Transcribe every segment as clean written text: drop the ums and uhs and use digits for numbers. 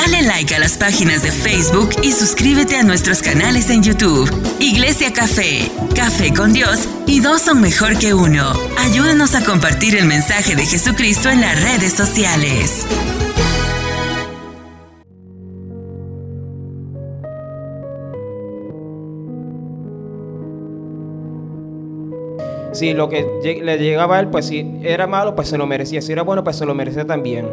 Dale like a las páginas de Facebook y suscríbete a nuestros canales en YouTube. Iglesia Café, Café con Dios y dos son mejor que uno. Ayúdanos a compartir el mensaje de Jesucristo en las redes sociales. Si lo que le llegaba a él, pues si era malo, pues se lo merecía. Si era bueno, pues se lo merecía también.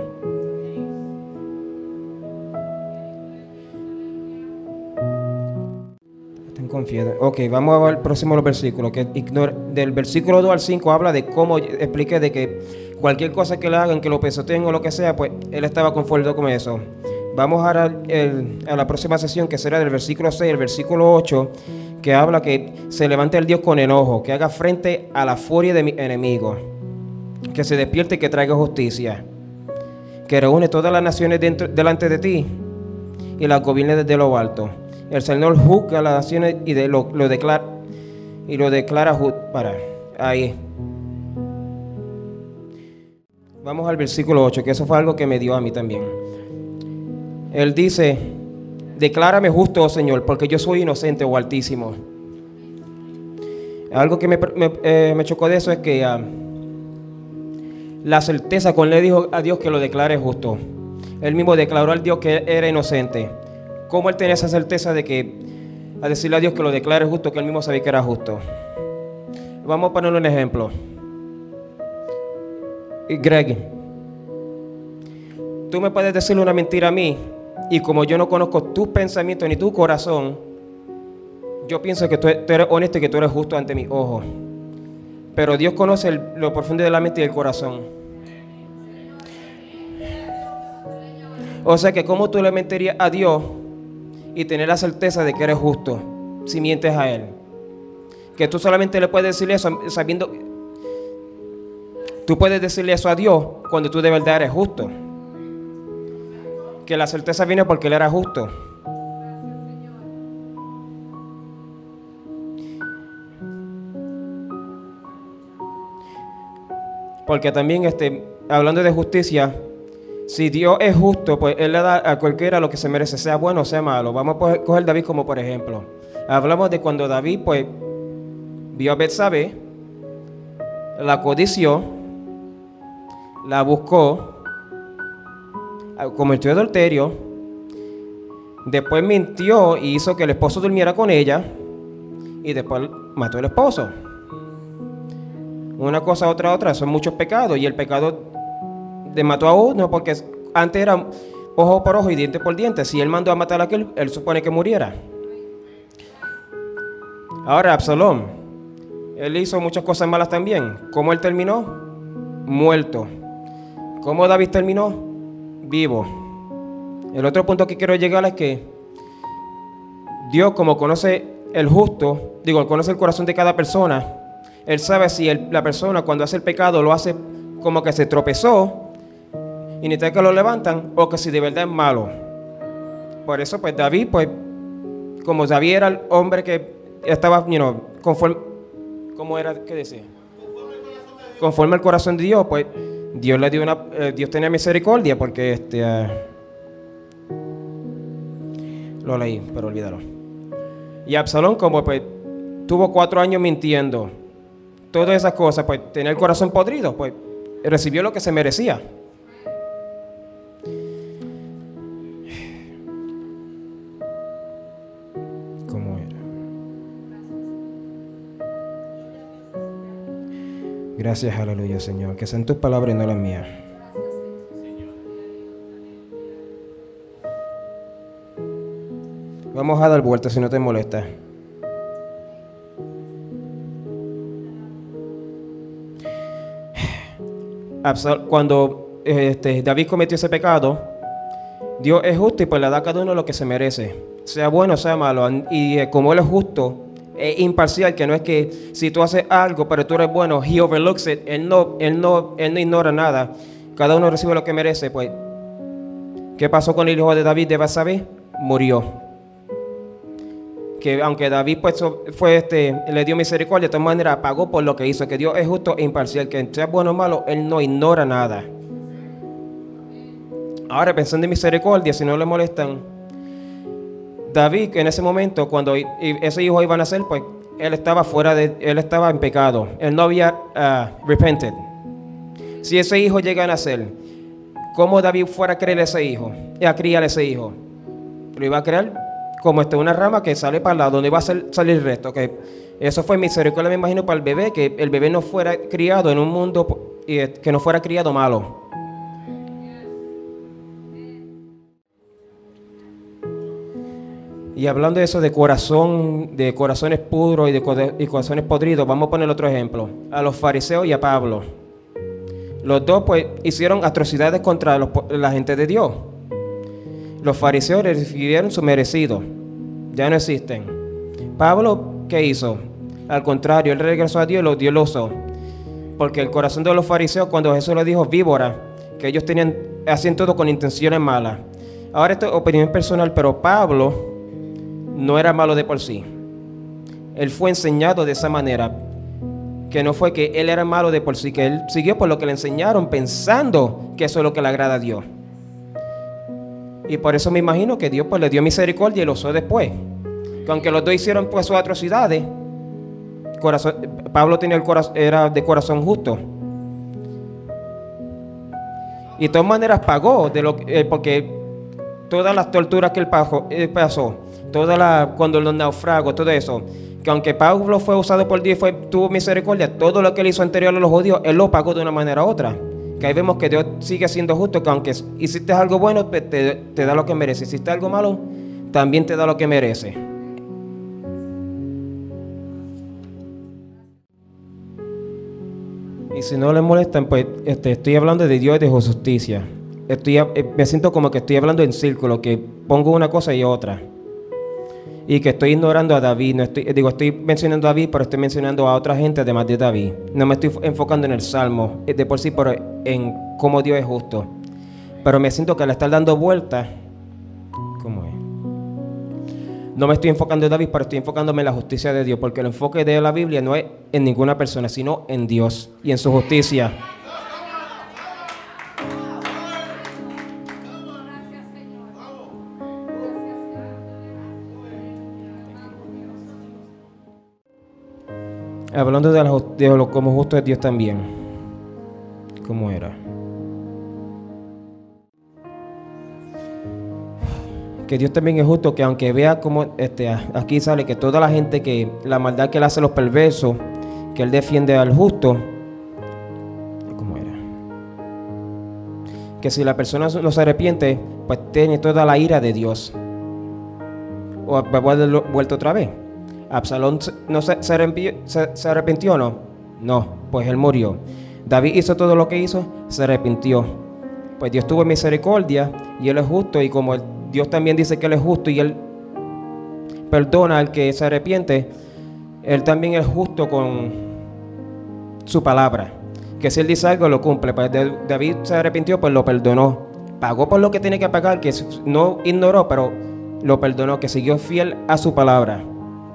Están confiados. Ok, vamos a ver el próximo versículo. Que del versículo 2 al 5 habla de cómo explique de que cualquier cosa que le hagan, que lo pisoteen o lo que sea, pues él estaba conforme con eso. Vamos a la próxima sesión, que será del versículo 6 al versículo 8, que habla que se levante el Dios con enojo, que haga frente a la furia de mi enemigo, que se despierte y que traiga justicia, que reúne todas las naciones delante de ti y las gobierne desde lo alto. El Señor juzga a las naciones y lo declara para ahí. Vamos al versículo 8, que eso fue algo que me dio a mí también. Él dice: declárame justo, oh Señor, porque yo soy inocente, oh Altísimo. Algo que me chocó de eso es que la certeza cuando le dijo a Dios que lo declare justo. Él mismo declaró al Dios que era inocente. ¿Cómo él tenía esa certeza de que, a decirle a Dios que lo declare justo, que él mismo sabía que era justo? Vamos a poner un ejemplo. Greg, tú me puedes decirle una mentira a mí, y como yo no conozco tus pensamientos ni tu corazón, yo pienso que tú eres honesto y que tú eres justo ante mis ojos. Pero Dios conoce lo profundo de la mente y del corazón. O sea que ¿cómo tú le mentirías a Dios y tener la certeza de que eres justo si mientes a Él? Que tú solamente le puedes decir eso sabiendo... Tú puedes decirle eso a Dios cuando tú de verdad eres justo. Que la certeza viene porque Él era justo. Porque también hablando de justicia, si Dios es justo, pues Él le da a cualquiera lo que se merece, sea bueno o sea malo. Vamos a coger David como por ejemplo. Hablamos de cuando David pues vio a Betsabé, la codició, la buscó, cometió adulterio, después mintió y hizo que el esposo durmiera con ella y después mató al esposo. Una cosa, otra, son muchos pecados, y el pecado de mató a uno porque antes era ojo por ojo y diente por diente. Si él mandó a matar a aquel, él supone que muriera. Ahora Absalón, él hizo muchas cosas malas también. ¿Cómo él terminó? Muerto. ¿Cómo David terminó? Vivo. El otro punto que quiero llegar es que Dios, como conoce conoce el corazón de cada persona, Él sabe si la persona cuando hace el pecado lo hace como que se tropezó y necesita que lo levantan, o que si de verdad es malo. Por eso pues David, pues como David era el hombre que estaba conforme, ¿cómo era? ¿Qué decía? Conforme al corazón de Dios, pues Dios le dio Dios tenía misericordia porque lo leí, pero olvídalo. Y Absalón, como pues tuvo 4 años mintiendo, todas esas cosas, pues tenía el corazón podrido, pues recibió lo que se merecía. ¿Cómo era? Gracias, aleluya, Señor, que sean tus palabras y no las mías. Vamos a dar vuelta si no te molesta. Cuando David cometió ese pecado, Dios es justo y pues le da a cada uno lo que se merece, sea bueno o sea malo. Y como Él es justo, es imparcial, que no es que si tú haces algo pero tú eres bueno, He overlooks it. Él no ignora nada. Cada uno recibe lo que merece. Pues, ¿qué pasó con el hijo de David, de Betsabé? Murió. Que aunque David pues le dio misericordia, de todas maneras pagó por lo que hizo. Que Dios es justo e imparcial, que sea bueno o malo, Él no ignora nada. Ahora, pensando en misericordia, si no le molestan, David, que en ese momento, cuando ese hijo iba a nacer, pues él estaba en pecado. Él no había repented. Si ese hijo llega a nacer, ¿cómo David fuera a criar ese hijo? Lo iba a crear como una rama que sale para el lado, donde iba a salir el resto. Okay. Eso fue misericordia, me imagino, para el bebé, que el bebé no fuera criado en un mundo que no fuera criado malo. Y hablando de eso, de corazones puros y de corazones podridos, vamos a poner otro ejemplo. A los fariseos y a Pablo. Los dos pues hicieron atrocidades contra la gente de Dios. Los fariseos recibieron su merecido. Ya no existen. Pablo, ¿qué hizo? Al contrario, él regresó a Dios y Dios lo usó. Porque el corazón de los fariseos, cuando Jesús le dijo víbora, que ellos hacían todo con intenciones malas. Ahora esto es opinión personal, pero Pablo no era malo de por sí. Él fue enseñado de esa manera, que no fue que él era malo de por sí, que él siguió por lo que le enseñaron pensando que eso es lo que le agrada a Dios. Y por eso me imagino que Dios pues le dio misericordia y lo usó después. Que aunque los dos hicieron pues sus atrocidades, Pablo era de corazón justo. Y de todas maneras pagó porque todas las torturas que él pasó, cuando los naufragos, todo eso, que aunque Pablo fue usado por Dios, tuvo misericordia, todo lo que él hizo anterior a los judíos, él lo pagó de una manera u otra. Que ahí vemos que Dios sigue siendo justo, que aunque hiciste algo bueno, te da lo que merece. Si hiciste algo malo, también te da lo que merece. Y si no le molestan, pues estoy hablando de Dios y de justicia. Me siento como que estoy hablando en círculo, que pongo una cosa y otra. Y que estoy ignorando a David. Estoy mencionando a David, pero estoy mencionando a otra gente además de David. No me estoy enfocando en el Salmo de por sí, pero en cómo Dios es justo. Pero me siento que al estar dando vueltas, ¿cómo es? No me estoy enfocando en David, pero estoy enfocándome en la justicia de Dios, porque el enfoque de la Biblia no es en ninguna persona, sino en Dios y en su justicia. Hablando de como justo es Dios también. ¿Cómo era? Que Dios también es justo, que aunque vea como aquí sale que toda la gente, que la maldad que él hace a los perversos, que él defiende al justo. ¿Cómo era? Que si la persona no se arrepiente, pues tiene toda la ira de Dios. O va vuelto otra vez. ¿Absalón se arrepintió o no? No, pues él murió. David hizo todo lo que hizo, se arrepintió. Pues Dios tuvo misericordia y él es justo, y como Dios también dice que él es justo y él perdona al que se arrepiente, él también es justo con su palabra. Que si él dice algo, lo cumple. Pues David se arrepintió, pues lo perdonó. Pagó por lo que tenía que pagar, que no ignoró, pero lo perdonó, que siguió fiel a su palabra.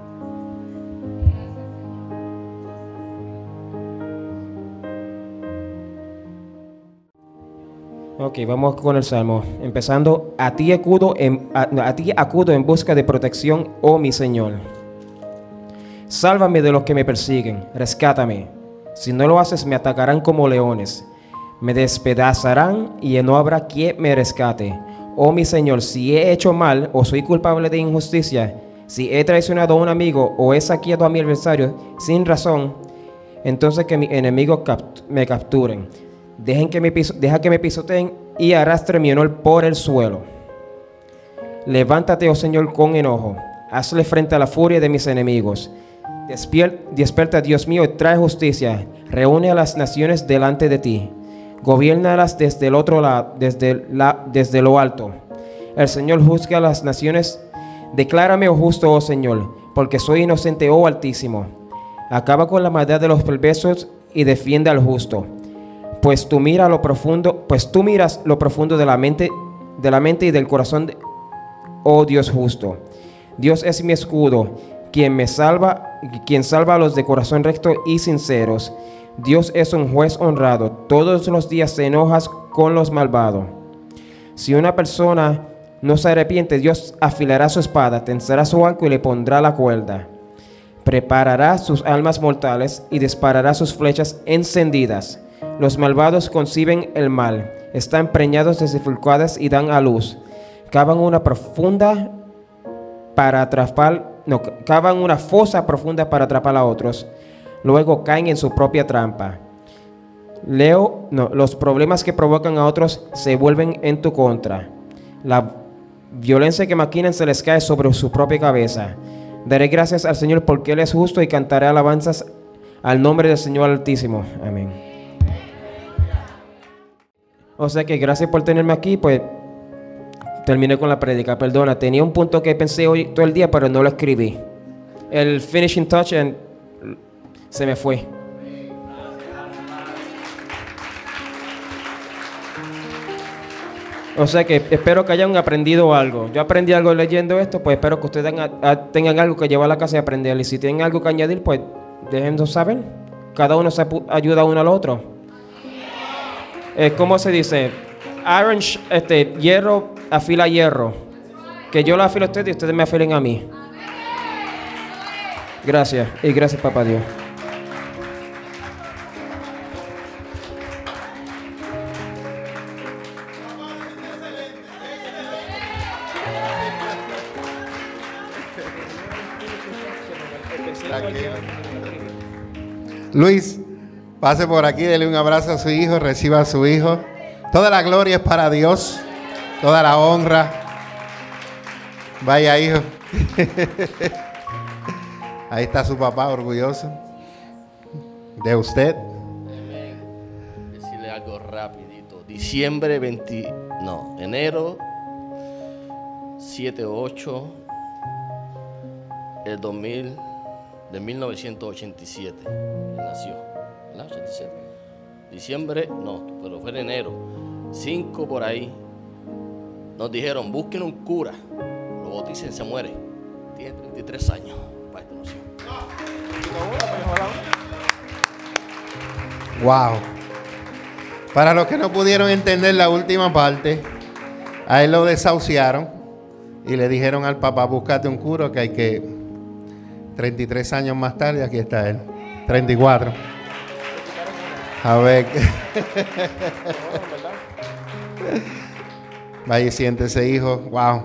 Ok, vamos con el Salmo. Empezando, a ti acudo en busca de protección, oh mi Señor. Sálvame de los que me persiguen, rescátame. Si no lo haces, me atacarán como leones. Me despedazarán y no habrá quien me rescate. Oh mi Señor, si he hecho mal o soy culpable de injusticia, si he traicionado a un amigo o he saqueado a mi adversario sin razón, entonces que mis enemigos me capturen. Deja que me pisoteen y arrastre mi honor por el suelo. Levántate, oh Señor, con enojo. Hazle frente a la furia de mis enemigos. Despierta, Dios mío, y trae justicia. Reúne a las naciones delante de ti. Gobiérnalas desde el otro lado, desde lo alto. El Señor juzga a las naciones. Declárame, oh justo, oh Señor, porque soy inocente, oh Altísimo. Acaba con la maldad de los perversos y defiende al justo. Pues tú miras lo profundo de la mente y del corazón, oh Dios justo. Dios es mi escudo, quien salva a los de corazón recto y sinceros. Dios es un juez honrado, todos los días se enoja con los malvados. Si una persona no se arrepiente, Dios afilará su espada, tensará su arco y le pondrá la cuerda. Preparará sus armas mortales y disparará sus flechas encendidas. Los malvados conciben el mal, están preñados de dificultades y dan a luz. Cavan una fosa profunda para atrapar a otros. Luego caen en su propia trampa. Los problemas que provocan a otros se vuelven en tu contra. La violencia que maquinan se les cae sobre su propia cabeza. Daré gracias al Señor porque Él es justo y cantaré alabanzas al nombre del Señor Altísimo. Amén. O sea que gracias por tenerme aquí, pues terminé con la prédica. Perdona, tenía un punto que pensé hoy todo el día, pero no lo escribí. El finishing touch se me fue. O sea que espero que hayan aprendido algo. Yo aprendí algo leyendo esto, pues espero que ustedes tengan algo que llevar a la casa y aprender. Y si tienen algo que añadir, pues déjennos saber. Cada uno se ayuda uno al otro. ¿Cómo se dice? Hierro afila hierro. Que yo lo afilo a ustedes y ustedes me afilen a mí. Gracias. Y gracias, papá Dios. Luis, pase por aquí, dele un abrazo a su hijo, reciba a su hijo. Toda la gloria es para Dios, toda la honra. Vaya, hijo. Ahí está su papá, orgulloso de usted. Decirle algo rapidito. Enero 7 o 8 de 1987. Él nació, ¿verdad? 87. Diciembre, no, pero fue en enero. 5 por ahí. Nos dijeron, busquen un cura. Lo bauticen, se muere. Tiene 33 años. Para esta noción. Wow. Para los que no pudieron entender la última parte, a él lo desahuciaron y le dijeron al papá, búscate un cura que hay que... 33 años más tarde, aquí está él. 34. A ver. Vaya y siéntese, hijo. Wow.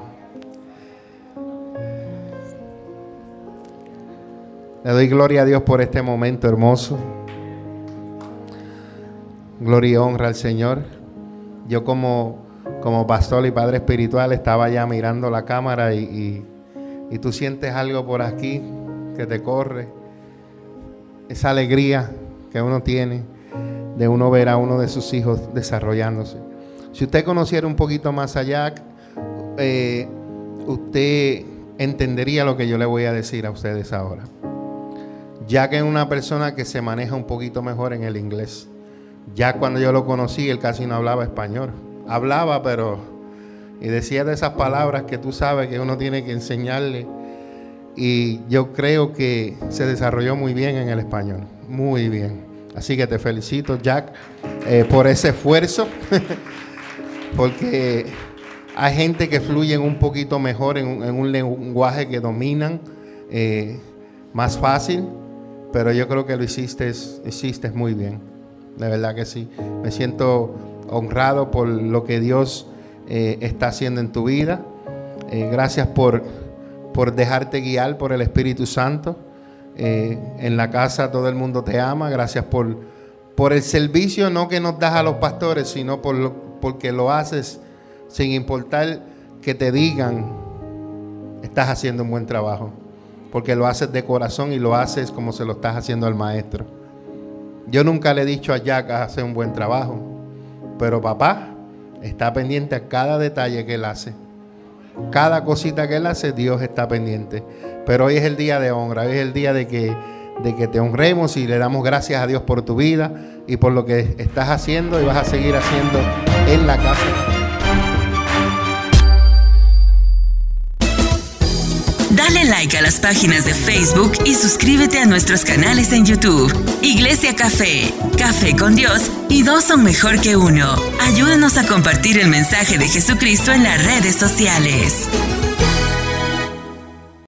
Le doy gloria a Dios por este momento hermoso. Gloria y honra al Señor. Yo como pastor y padre espiritual estaba ya mirando la cámara y tú sientes algo por aquí que te corre, esa alegría que uno tiene de uno ver a uno de sus hijos desarrollándose. Si usted conociera un poquito más allá, usted entendería lo que yo le voy a decir a ustedes ahora. Ya que es una persona que se maneja un poquito mejor en el inglés. Ya cuando yo lo conocí, él casi no hablaba español. Hablaba, pero... y decía de esas palabras que tú sabes que uno tiene que enseñarle. Y yo creo que se desarrolló muy bien en el español, muy bien. Así que te felicito, Jack, por ese esfuerzo, porque hay gente que fluye un poquito mejor en un lenguaje que dominan más fácil, pero yo creo que lo hiciste muy bien, de verdad que sí. Me siento honrado por lo que Dios está haciendo en tu vida. Gracias por dejarte guiar por el Espíritu Santo. En la casa todo el mundo te ama. Gracias por el servicio, no que nos das a los pastores, sino porque lo haces sin importar que te digan estás haciendo un buen trabajo, porque lo haces de corazón y lo haces como se lo estás haciendo al maestro. Yo nunca le he dicho a Jack hace un buen trabajo, pero papá está pendiente a cada detalle que él hace. Cada cosita que él hace, Dios está pendiente. Pero hoy es el día de honra, hoy es el día de que te honremos y le damos gracias a Dios por tu vida y por lo que estás haciendo y vas a seguir haciendo en la casa. Dale like like a las páginas de Facebook y suscríbete a nuestros canales en YouTube. Iglesia Café, Café con Dios y dos son mejor que uno. Ayúdanos a compartir el mensaje de Jesucristo en las redes sociales.